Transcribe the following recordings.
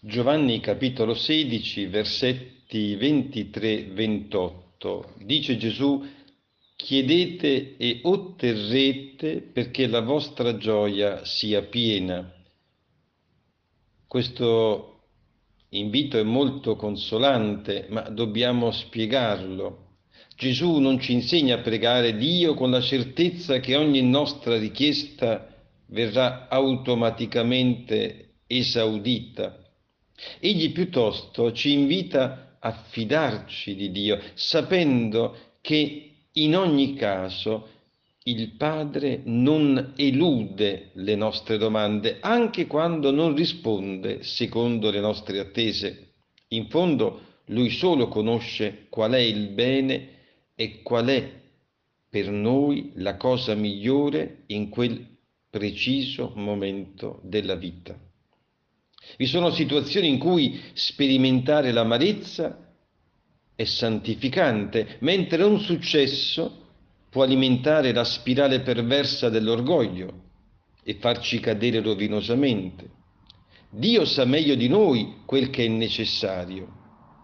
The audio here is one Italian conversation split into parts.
Giovanni capitolo 16, versetti 23-28, dice Gesù: chiedete e otterrete perché la vostra gioia sia piena. Questo invito è molto consolante, ma dobbiamo spiegarlo. Gesù non ci insegna a pregare Dio con la certezza che ogni nostra richiesta verrà automaticamente esaudita. Egli piuttosto ci invita a fidarci di Dio, sapendo che in ogni caso il Padre non elude le nostre domande, anche quando non risponde secondo le nostre attese. In fondo, Lui solo conosce qual è il bene e qual è per noi la cosa migliore in quel preciso momento della vita. Vi sono situazioni in cui sperimentare l'amarezza è santificante, mentre un successo può alimentare la spirale perversa dell'orgoglio e farci cadere rovinosamente. Dio sa meglio di noi quel che è necessario.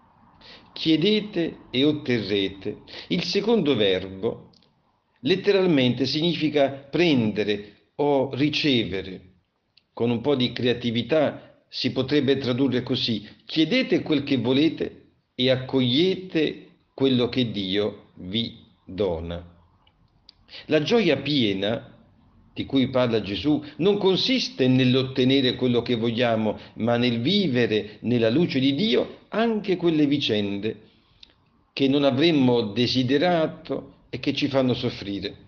Chiedete e otterrete. Il secondo verbo letteralmente significa prendere o ricevere. Con un po' di creatività si potrebbe tradurre così: chiedete quel che volete e accogliete quello che Dio vi dona. La gioia piena di cui parla Gesù non consiste nell'ottenere quello che vogliamo, ma nel vivere nella luce di Dio anche quelle vicende che non avremmo desiderato e che ci fanno soffrire.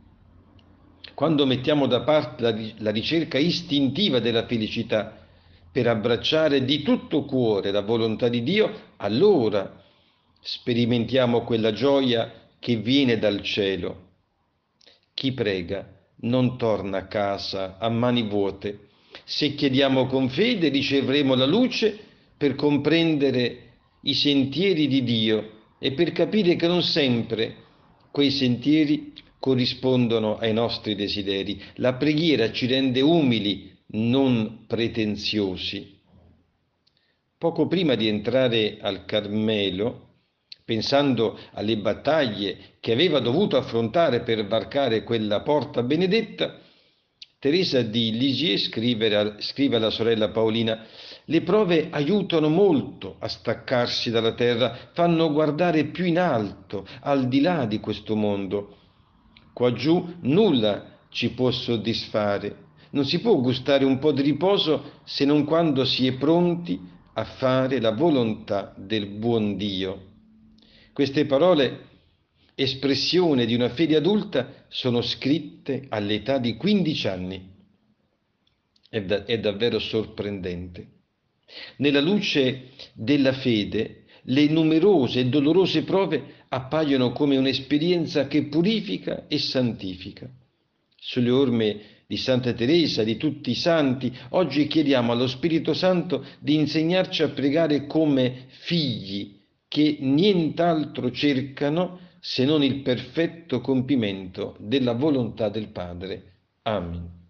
Quando mettiamo da parte la ricerca istintiva della felicità per abbracciare di tutto cuore la volontà di Dio, allora sperimentiamo quella gioia che viene dal cielo. Chi prega non torna a casa a mani vuote. Se chiediamo con fede, ricevremo la luce per comprendere i sentieri di Dio e per capire che non sempre quei sentieri corrispondono ai nostri desideri. La preghiera ci rende umili, non pretenziosi. Poco prima di entrare al Carmelo, pensando alle battaglie che aveva dovuto affrontare per varcare quella porta benedetta, Teresa di Lisieux scrive alla sorella Paolina: le prove aiutano molto a staccarsi dalla terra, fanno guardare più in alto, al di là di questo mondo. Qua giù nulla ci può soddisfare. Non si può gustare un po' di riposo se non quando si è pronti a fare la volontà del buon Dio. Queste parole, espressione di una fede adulta, sono scritte all'età di 15 anni. È davvero sorprendente. Nella luce della fede, le numerose e dolorose prove appaiono come un'esperienza che purifica e santifica. Sulle orme di Santa Teresa, di tutti i santi, oggi chiediamo allo Spirito Santo di insegnarci a pregare come figli che nient'altro cercano se non il perfetto compimento della volontà del Padre. Amen.